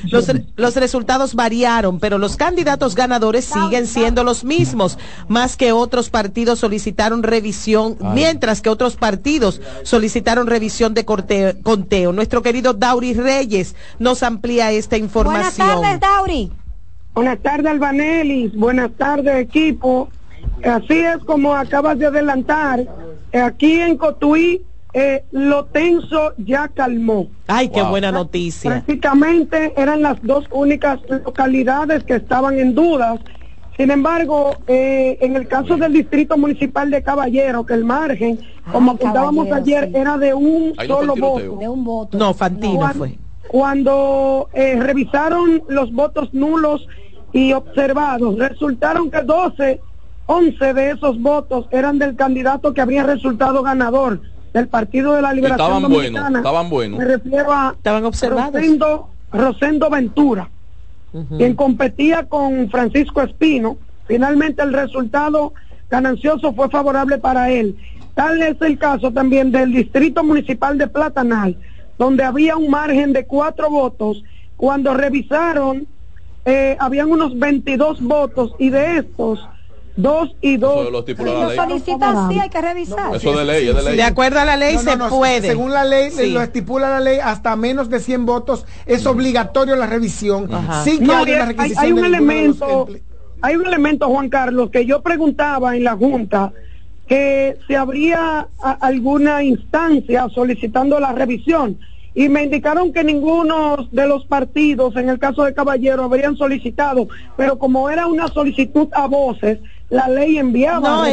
Los resultados variaron, pero los candidatos ganadores siguen siendo los mismos, más que otros partidos solicitaron revisión, mientras que otros partidos solicitaron revisión de conteo. Nuestro querido Dauri Reyes nos amplía esta información. Buenas tardes, Dauri. Buenas tardes, Albanelis. Buenas tardes, equipo. Así es como acabas de adelantar. Aquí en Cotuí, lo tenso ya calmó. Ay, qué buena noticia. Prácticamente eran las dos únicas localidades que estaban en dudas. Sin embargo, en el caso del Distrito Municipal de Caballero, que el margen, como apuntábamos ayer, era de un solo voto. De un voto. No, Fantino fue. Cuando revisaron los votos nulos y observados, resultaron que 11 de esos votos eran del candidato que habría resultado ganador del Partido de la Liberación Dominicana. Estaban buenos. Me refiero a estaban observados. Rosendo Ventura, quien competía con Francisco Espino. Finalmente el resultado ganancioso fue favorable para él. Tal es el caso también del Distrito Municipal de Platanal, donde había un margen de 4 votos. Cuando revisaron, habían unos 22 votos, y de estos 2 y 2. Eso lo estipula la ley. Solicitan, sí, hay que revisar. Eso de ley, es de ley. De acuerdo a la ley se puede. Según la ley, lo estipula la ley, hasta menos de 100 votos es obligatorio la revisión. Sin que haya una requisición. Hay un elemento, Juan Carlos, que yo preguntaba en la Junta, que si habría alguna instancia solicitando la revisión, y me indicaron que ninguno de los partidos, en el caso de Caballero, habrían solicitado, pero como era una solicitud a voces, la ley enviaba.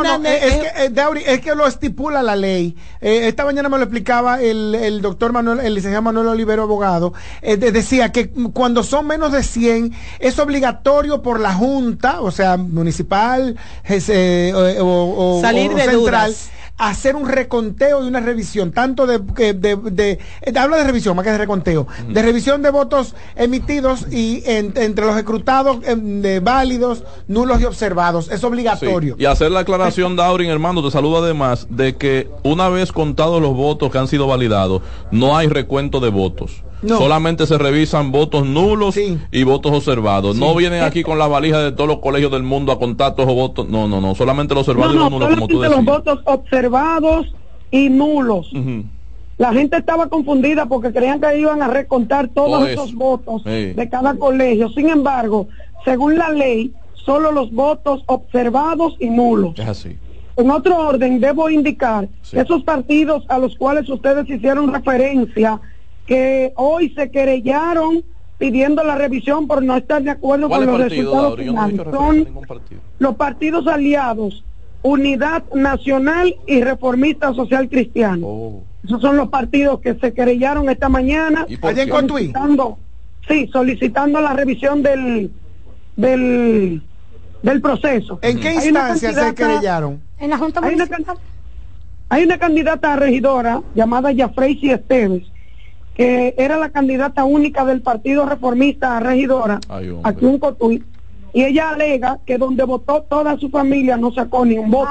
Es que lo estipula la ley. Esta mañana me lo explicaba el doctor Manuel, el licenciado Manuel Olivero, abogado. Decía que cuando son menos de 100 es obligatorio por la Junta, o sea, municipal o salir de central, dudas, hacer un reconteo y una revisión, tanto habla de revisión más que de reconteo, de revisión de votos emitidos y entre los escrutados, de válidos, nulos y observados. Es obligatorio. Sí. Y hacer la aclaración, Daurin, hermano, te saludo además, de que una vez contados los votos que han sido validados, no hay recuento de votos. No. Solamente se revisan votos nulos y votos observados. No vienen aquí con la valija de todos los colegios del mundo a contar todos los votos. No. Solamente los observados y los nulos, como tú decías. Los votos observados y nulos. La gente estaba confundida porque creían que iban a recontar todos esos votos de cada colegio. Sin embargo, según la ley, solo los votos observados y nulos. Es así. En otro orden, debo indicar esos partidos a los cuales ustedes hicieron referencia, que hoy se querellaron pidiendo la revisión por no estar de acuerdo con los resultados finales. Son los partidos aliados, Unidad Nacional y Reformista Social Cristiano. Esos son los partidos que se querellaron esta mañana, solicitando la revisión del proceso. ¿En qué instancia se querellaron? En la Junta Municipal. Hay una candidata a regidora llamada Yafreisi Esteves, que era la candidata única del Partido Reformista a regidora aquí en Cotuí, y ella alega que donde votó toda su familia no sacó ni un voto.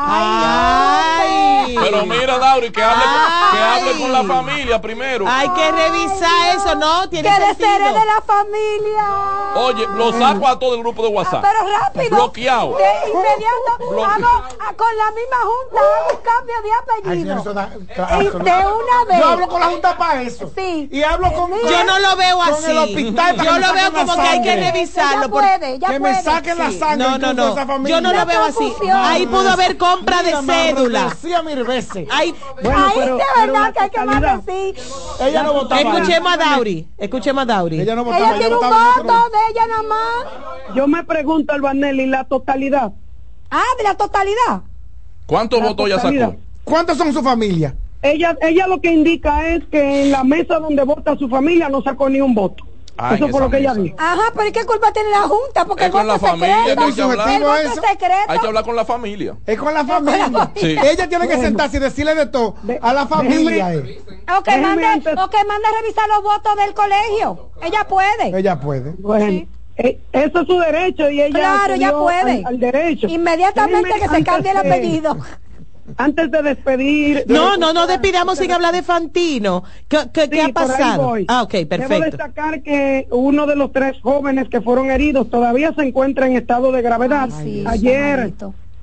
Pero mira, Dauri, que hable con la familia primero. Hay que revisar eso, ¿no? Tiene que desherede de la familia. Oye, lo saco a todo el grupo de WhatsApp. Pero rápido. Bloqueado. De inmediato con la misma Junta hago un cambio de apellido. De una vez. Yo hablo con la Junta para eso. Sí. Y hablo con... Yo no lo veo así. El hospital, yo lo veo como que hay que revisarlo. Ya puede. Saquen la sangre. No. Yo no lo veo así. Ahí pudo haber compra de cédula. Ahí de verdad que hay que más decir. Ella no votaba. Escuchemos a Dauri. Ella no votaba. Ella tiene un voto de ella nada más. Yo me pregunto, Albanelli, la totalidad. De la totalidad. ¿Cuántos votos ella sacó? ¿Cuántos son su familia? Ella lo que indica es que en la mesa donde vota su familia no sacó ni un voto. Eso fue lo que ella dijo. Ajá, pero ¿qué culpa tiene la Junta? Porque es con la familia, secreto. Hay que hablar con la familia. Es con la familia. Sí. Ella tiene que sentarse y decirle de todo a la familia. O que mande a revisar los votos del colegio. Ella puede. Bueno. Eso es su derecho y ella ya puede al derecho. Inmediatamente que se cambie el apellido. antes de despedir... No despidamos sin hablar de Fantino. ¿Qué ha pasado? Ok, perfecto. Debo destacar que uno de los 3 jóvenes que fueron heridos todavía se encuentra en estado de gravedad. Ayer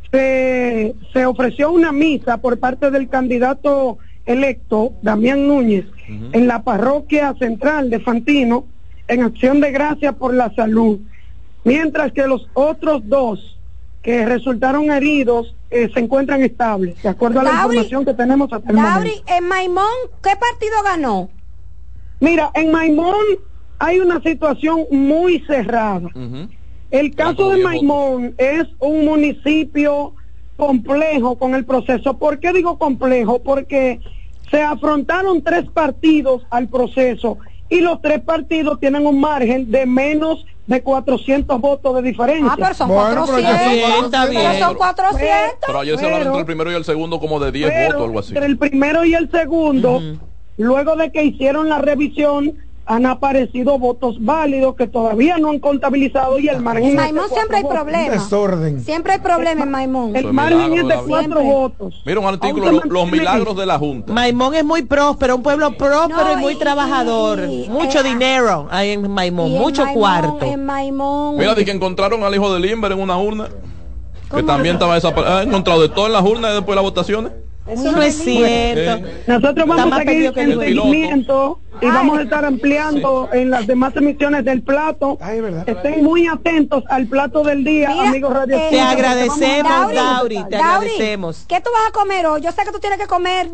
se ofreció una misa por parte del candidato electo, Damián Núñez, en la parroquia central de Fantino, en acción de gracias por la salud. Mientras que los otros 2 que resultaron heridos se encuentran estables, de acuerdo a la información que tenemos hasta el momento. En Maimón, ¿qué partido ganó? Mira, en Maimón hay una situación muy cerrada. El caso de Maimón es un municipio complejo con el proceso. ¿Por qué digo complejo? Porque se afrontaron 3 partidos al proceso y los 3 partidos tienen un margen de menos de 400 votos de diferencia. Pero son 400. Pero son 400. Pero ayer se hablaron entre el primero y el segundo como de 10 votos, algo así. Entre el primero y el segundo, luego de que hicieron la revisión, han aparecido votos válidos que todavía no han contabilizado y el margen... En Maimón siempre hay problemas. Desorden. Siempre hay problemas en Maimón. El margen es de 4 votos. Mira un artículo, los milagros de la Junta. Maimón es muy próspero, un pueblo próspero y muy trabajador. Mucho dinero hay en Maimón, mucho cuarto. En Maimón. Mira, de que encontraron al hijo de Limber en una urna. Que también estaba desaparecido. encontrado de todo en las urnas después de las votaciones. Eso no es cierto. Nosotros vamos a seguir en seguimiento y vamos a estar ampliando en las demás emisiones del plato. Estén muy atentos al plato del día, amigos Radio. Te agradecemos, Dauri, te agradecemos. ¿Qué tú vas a comer hoy? Yo sé que tú tienes que comer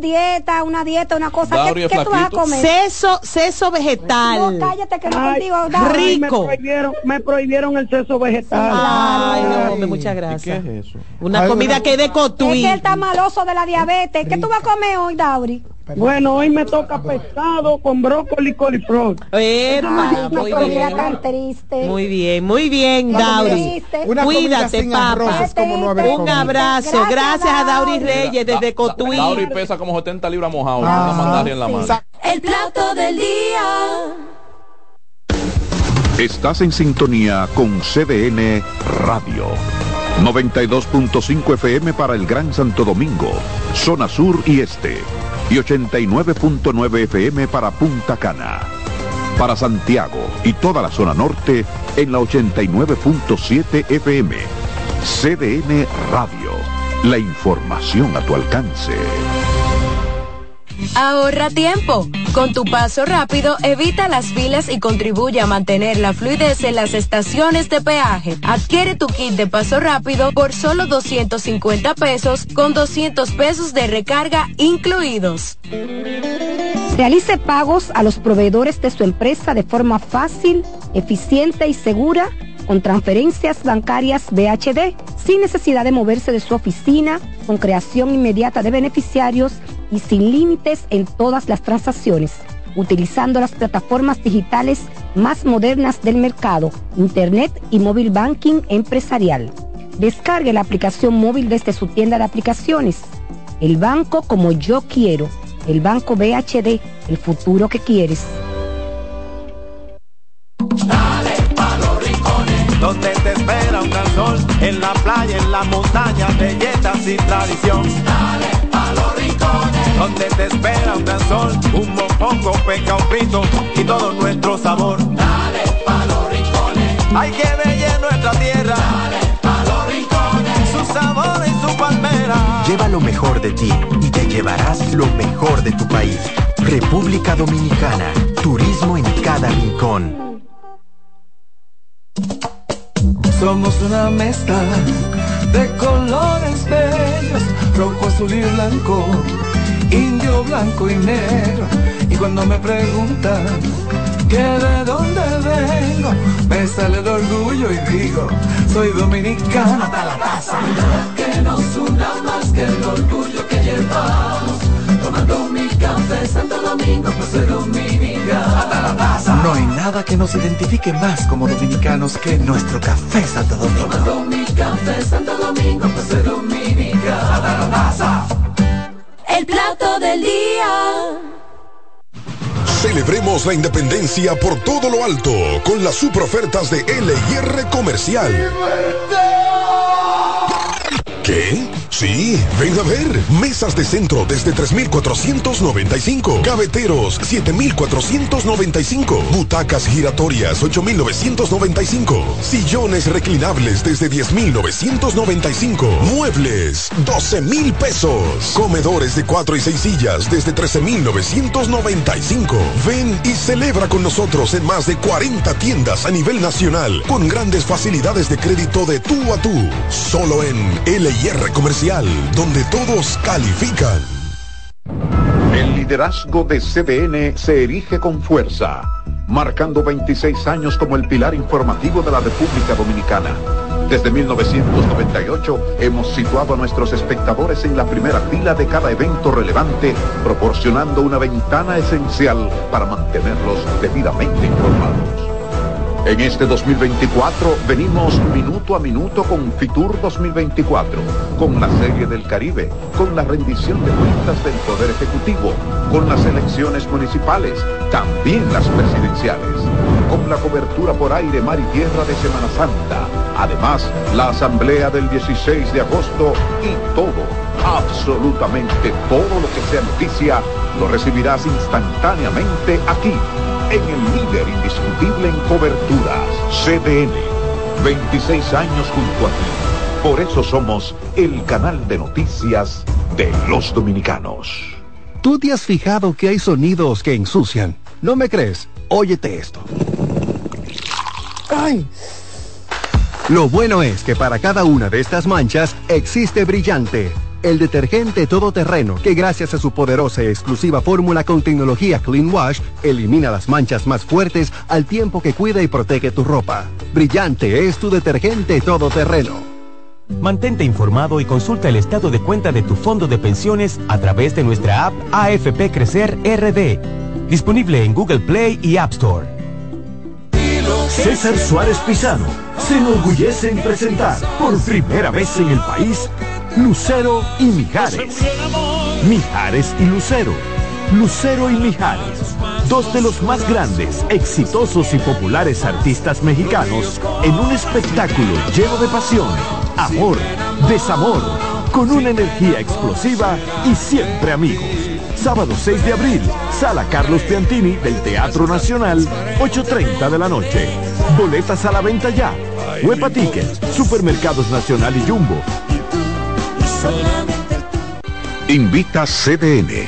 una cosa. ¿Qué tú vas a comer? Seso vegetal. No, cállate que no contigo, Dauri. Rico. Me prohibieron el seso vegetal. Ay, no, muchas gracias. ¿Qué es eso? Una comida que es de Cotuí. Es que él está maloso de la diabetes. ¿Qué tú vas a comer hoy, Dauri? Bueno, hoy me toca pescado con brócoli y coliflor. Muy bien. Tan triste. Muy bien, Dauri. Cuídate, papá. Un abrazo. Gracias a Dauri Reyes desde Cotuí. Dauri pesa como 70 libras mojado. Una mandaria en la mano. El plato del día. Estás en sintonía con CDN Radio. 92.5 FM para el Gran Santo Domingo, zona sur y este, y 89.9 FM para Punta Cana. Para Santiago y toda la zona norte en la 89.7 FM. CDN Radio, la información a tu alcance. Ahorra tiempo. Con tu paso rápido, evita las filas y contribuye a mantener la fluidez en las estaciones de peaje. Adquiere tu kit de paso rápido por solo $250 con $200 de recarga incluidos. Realice pagos a los proveedores de su empresa de forma fácil, eficiente y segura con transferencias bancarias BHD, sin necesidad de moverse de su oficina, con creación inmediata de beneficiarios y sin límites en todas las transacciones, utilizando las plataformas digitales más modernas del mercado, Internet y Móvil Banking empresarial. Descargue la aplicación móvil desde su tienda de aplicaciones. El banco como yo quiero, el Banco BHD, el futuro que quieres. Dale pa' los rincones, donde te espera un gran sol, en la playa, en la montaña, belletas y tradición. Dale pa' los rincones, donde te espera un gran sol, un mopongo, peca, un frito y todo nuestro sabor. Dale pa' los rincones, hay que bella nuestra tierra. Dale pa' los rincones, su sabor y su palmera. Lleva lo mejor de ti y te llevarás lo mejor de tu país. República Dominicana, turismo en cada rincón. Somos una mezcla de colores bellos, rojo, azul y blanco, indio, blanco y negro. Y cuando me preguntan que de dónde vengo, me sale el orgullo y digo, soy dominicano hasta la taza. Que nos una más que el orgullo que llevamos, tomando mi café Santo Domingo, pues soy dominicano hasta la taza. No hay nada que nos identifique más como dominicanos que nuestro café Santo Domingo. Tomando mi café Santo Domingo, pues soy dominicano hasta la taza. El plato del día. Celebremos la independencia por todo lo alto con las super ofertas de L&R Comercial. ¿Qué? Sí, ven a ver. Mesas de centro desde 3,495. Gaveteros, 7,495. Butacas giratorias, 8,995. Sillones reclinables desde 10,995. Muebles, 12,000 pesos. Comedores de 4 y 6 sillas desde 13,995. Ven y celebra con nosotros en más de 40 tiendas a nivel nacional, con grandes facilidades de crédito de tú a tú. Solo en L&R Comercial, donde todos califican. El liderazgo de CDN se erige con fuerza, marcando 26 años como el pilar informativo de la República Dominicana. Desde 1998 hemos situado a nuestros espectadores en la primera fila de cada evento relevante, proporcionando una ventana esencial para mantenerlos debidamente informados. En este 2024 venimos minuto a minuto con Fitur 2024, con la Serie del Caribe, con la rendición de cuentas del Poder Ejecutivo, con las elecciones municipales, también las presidenciales, con la cobertura por aire, mar y tierra de Semana Santa, además la asamblea del 16 de agosto y todo, absolutamente todo lo que sea noticia, lo recibirás instantáneamente aquí, en el líder indiscutible en coberturas, CDN. 26 años junto a ti. Por eso somos el canal de noticias de los dominicanos. ¿Tú te has fijado que hay sonidos que ensucian? ¿No me crees? Óyete esto. ¡Ay! Lo bueno es que para cada una de estas manchas existe Brillante, el detergente todoterreno que gracias a su poderosa y exclusiva fórmula con tecnología Clean Wash elimina las manchas más fuertes al tiempo que cuida y protege tu ropa. Brillante es tu detergente todoterreno. Mantente informado y consulta el estado de cuenta de tu fondo de pensiones a través de nuestra app AFP Crecer RD, disponible en Google Play y App Store. César Suárez Pisano se enorgullece en presentar por primera vez en el país Lucero y Mijares. Mijares y Lucero. Lucero y Mijares, dos de los más grandes, exitosos y populares artistas mexicanos en un espectáculo lleno de pasión, amor, desamor, con una energía explosiva y siempre amigos. Sábado 6 de abril, Sala Carlos Piantini del Teatro Nacional, 8:30 de la noche. Boletas a la venta ya. Huepa Tickets, Supermercados Nacional y Jumbo. Invita CDN.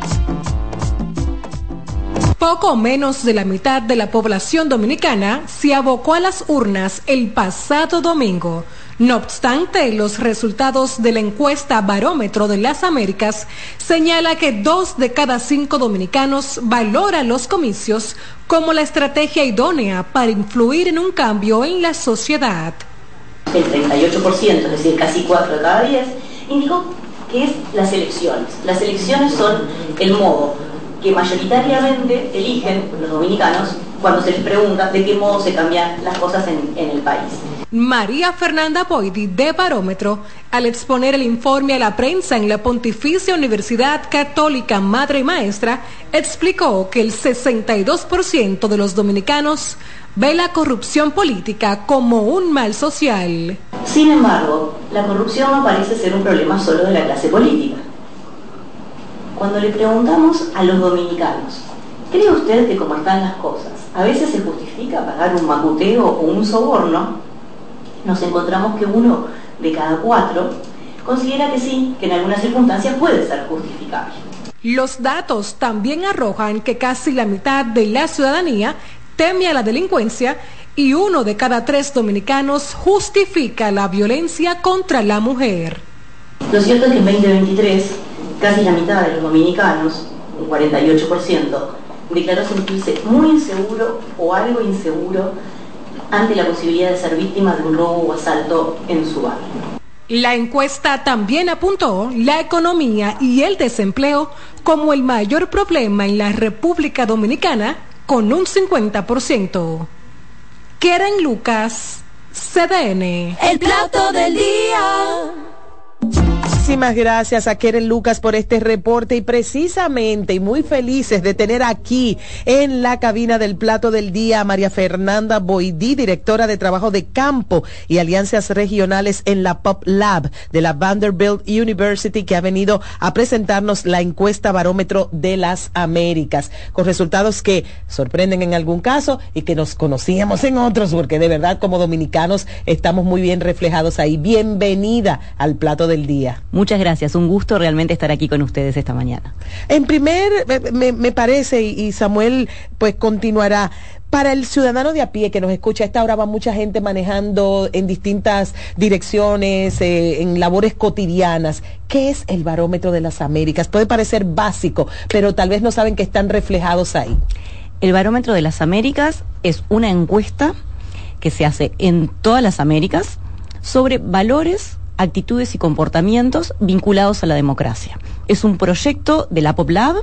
Poco menos de la mitad de la población dominicana se abocó a las urnas el pasado domingo. No obstante, los resultados de la encuesta Barómetro de las Américas señala que 2 de cada 5 dominicanos valoran los comicios como la estrategia idónea para influir en un cambio en la sociedad. El 38%, es decir, casi 4 de cada 10, indicó que es las elecciones. Las elecciones son el modo que mayoritariamente eligen los dominicanos cuando se les pregunta de qué modo se cambian las cosas en el país. María Fernanda Boidi, de Barómetro, al exponer el informe a la prensa en la Pontificia Universidad Católica Madre y Maestra, explicó que el 62% de los dominicanos ve la corrupción política como un mal social. Sin embargo, la corrupción no parece ser un problema solo de la clase política. Cuando le preguntamos a los dominicanos, ¿cree usted que como están las cosas, a veces se justifica pagar un macuteo o un soborno? Nos encontramos que 1 de cada 4 considera que sí, que en algunas circunstancias puede ser justificable. Los datos también arrojan que casi la mitad de la ciudadanía teme a la delincuencia y 1 de cada 3 dominicanos justifica la violencia contra la mujer. Lo cierto es que en 2023, casi la mitad de los dominicanos, un 48%, declaró sentirse muy inseguro o algo inseguro ante la posibilidad de ser víctima de un robo o asalto en su barrio. La encuesta también apuntó la economía y el desempleo como el mayor problema en la República Dominicana, con un 50%. Keren Lucas, CDN. El plato del día. Muchísimas gracias a Keren Lucas por este reporte y precisamente y muy felices de tener aquí en la cabina del Plato del Día a María Fernanda Boidí, directora de Trabajo de Campo y Alianzas Regionales en la Pop Lab de la Vanderbilt University, que ha venido a presentarnos la encuesta Barómetro de las Américas, con resultados que sorprenden en algún caso y que nos conocíamos en otros, porque de verdad como dominicanos estamos muy bien reflejados ahí. Bienvenida al Plato del Día. Muchas gracias, un gusto realmente estar aquí con ustedes esta mañana. En primer, me parece, y Samuel pues continuará, para el ciudadano de a pie que nos escucha, a esta hora va mucha gente manejando en distintas direcciones, en labores cotidianas. ¿Qué es el Barómetro de las Américas? Puede parecer básico, pero tal vez no saben que están reflejados ahí. El Barómetro de las Américas es una encuesta que se hace en todas las Américas sobre valores, actitudes y comportamientos vinculados a la democracia. Es un proyecto de la Pop Lab,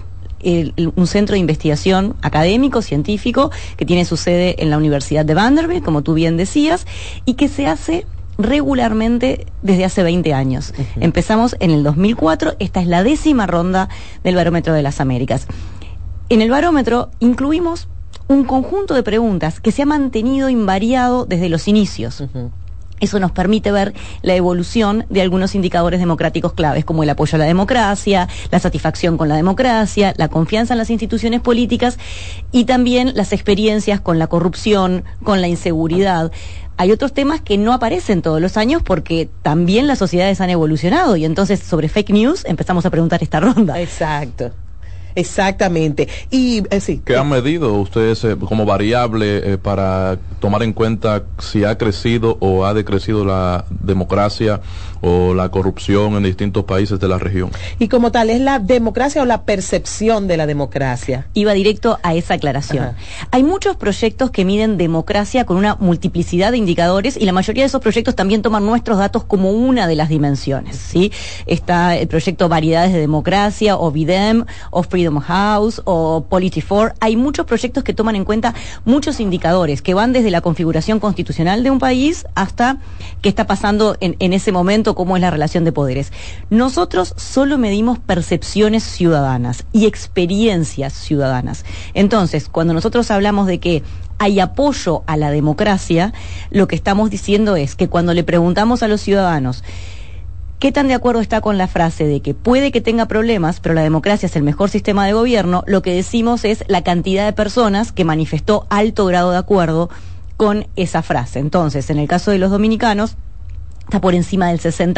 un centro de investigación académico, científico, que tiene su sede en la Universidad de Vanderbilt, como tú bien decías, y que se hace regularmente desde hace 20 años. Empezamos en el 2004, esta es la 10ª ronda del Barómetro de las Américas. En el barómetro incluimos un conjunto de preguntas que se ha mantenido invariado desde los inicios. Eso nos permite ver la evolución de algunos indicadores democráticos claves, como el apoyo a la democracia, la satisfacción con la democracia, la confianza en las instituciones políticas y también las experiencias con la corrupción, con la inseguridad. Hay otros temas que no aparecen todos los años porque también las sociedades han evolucionado y entonces sobre fake news empezamos a preguntar esta ronda. Exacto. Exactamente. Y sí. ¿Qué han medido ustedes como variable para tomar en cuenta si ha crecido o ha decrecido la democracia o la corrupción en distintos países de la región? Y como tal, ¿es la democracia o la percepción de la democracia? Iba directo a esa aclaración. Ajá. Hay muchos proyectos que miden democracia con una multiplicidad de indicadores y la mayoría de esos proyectos también toman nuestros datos como una de las dimensiones, ¿sí? Está el proyecto Variedades de Democracia o VIDEM o Freedom House o Polity4. Hay muchos proyectos que toman en cuenta muchos indicadores que van desde la configuración constitucional de un país hasta qué está pasando en ese momento, cómo es la relación de poderes. Nosotros solo medimos percepciones ciudadanas y experiencias ciudadanas. Entonces, cuando nosotros hablamos de que hay apoyo a la democracia, lo que estamos diciendo es que cuando le preguntamos a los ciudadanos ¿qué tan de acuerdo está con la frase de que puede que tenga problemas, pero la democracia es el mejor sistema de gobierno? Lo que decimos es la cantidad de personas que manifestó alto grado de acuerdo con esa frase. Entonces, en el caso de los dominicanos, está por encima del 60%,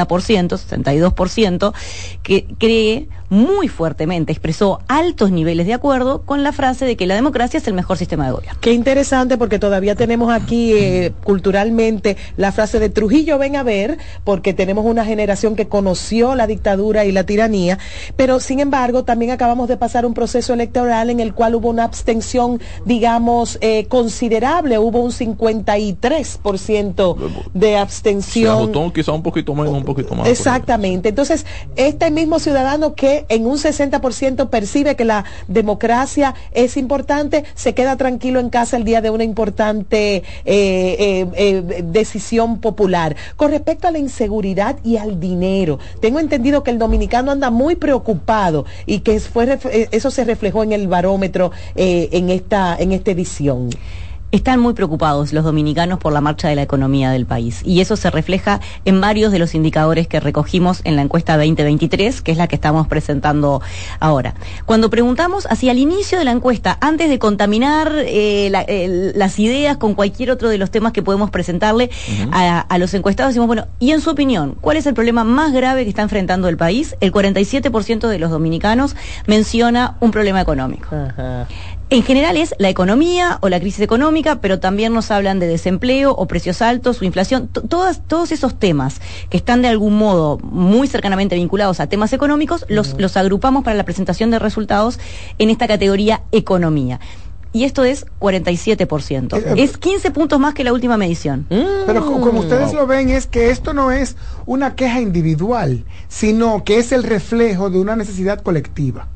62%, que cree muy fuertemente, expresó altos niveles de acuerdo con la frase de que la democracia es el mejor sistema de gobierno. Qué interesante, porque todavía tenemos aquí culturalmente la frase de Trujillo ven a ver, porque tenemos una generación que conoció la dictadura y la tiranía, pero sin embargo también acabamos de pasar un proceso electoral en el cual hubo una abstención, digamos, considerable, hubo un 53% de abstención. Quizá un poquito menos, un poquito más. Exactamente. Entonces, este mismo ciudadano que en un 60% percibe que la democracia es importante, se queda tranquilo en casa el día de una importante decisión popular. Con respecto a la inseguridad y al dinero, tengo entendido que el dominicano anda muy preocupado y que eso se reflejó en el barómetro en esta edición. Están muy preocupados los dominicanos por la marcha de la economía del país y eso se refleja en varios de los indicadores que recogimos en la encuesta 2023, que es la que estamos presentando ahora. Cuando preguntamos hacia el inicio de la encuesta, antes de contaminar las ideas con cualquier otro de los temas que podemos presentarle a los encuestados, decimos, bueno, y en su opinión, ¿cuál es el problema más grave que está enfrentando el país? El 47% de los dominicanos menciona un problema económico. Ajá. En general es la economía o la crisis económica, pero también nos hablan de desempleo o precios altos o inflación. Todos esos temas que están de algún modo muy cercanamente vinculados a temas económicos, los agrupamos para la presentación de resultados en esta categoría economía. Y esto es 47%. Es 15 puntos más que la última medición. Pero como ustedes lo ven, es que esto no es una queja individual, sino que es el reflejo de una necesidad colectiva.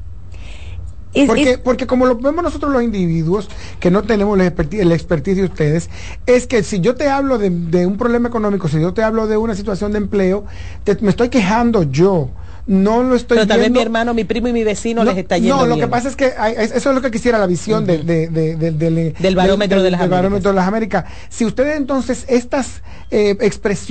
Porque como lo vemos nosotros los individuos, que no tenemos el expertise de ustedes, es que si yo te hablo de un problema económico, si yo te hablo de una situación de empleo, me estoy quejando yo. no lo estoy pero tal viendo. vez mi hermano, mi primo y mi vecino les está yendo No, lo bien. que pasa es que eso es lo que quisiera la visión del barómetro de las Américas. Si ustedes entonces estas expresiones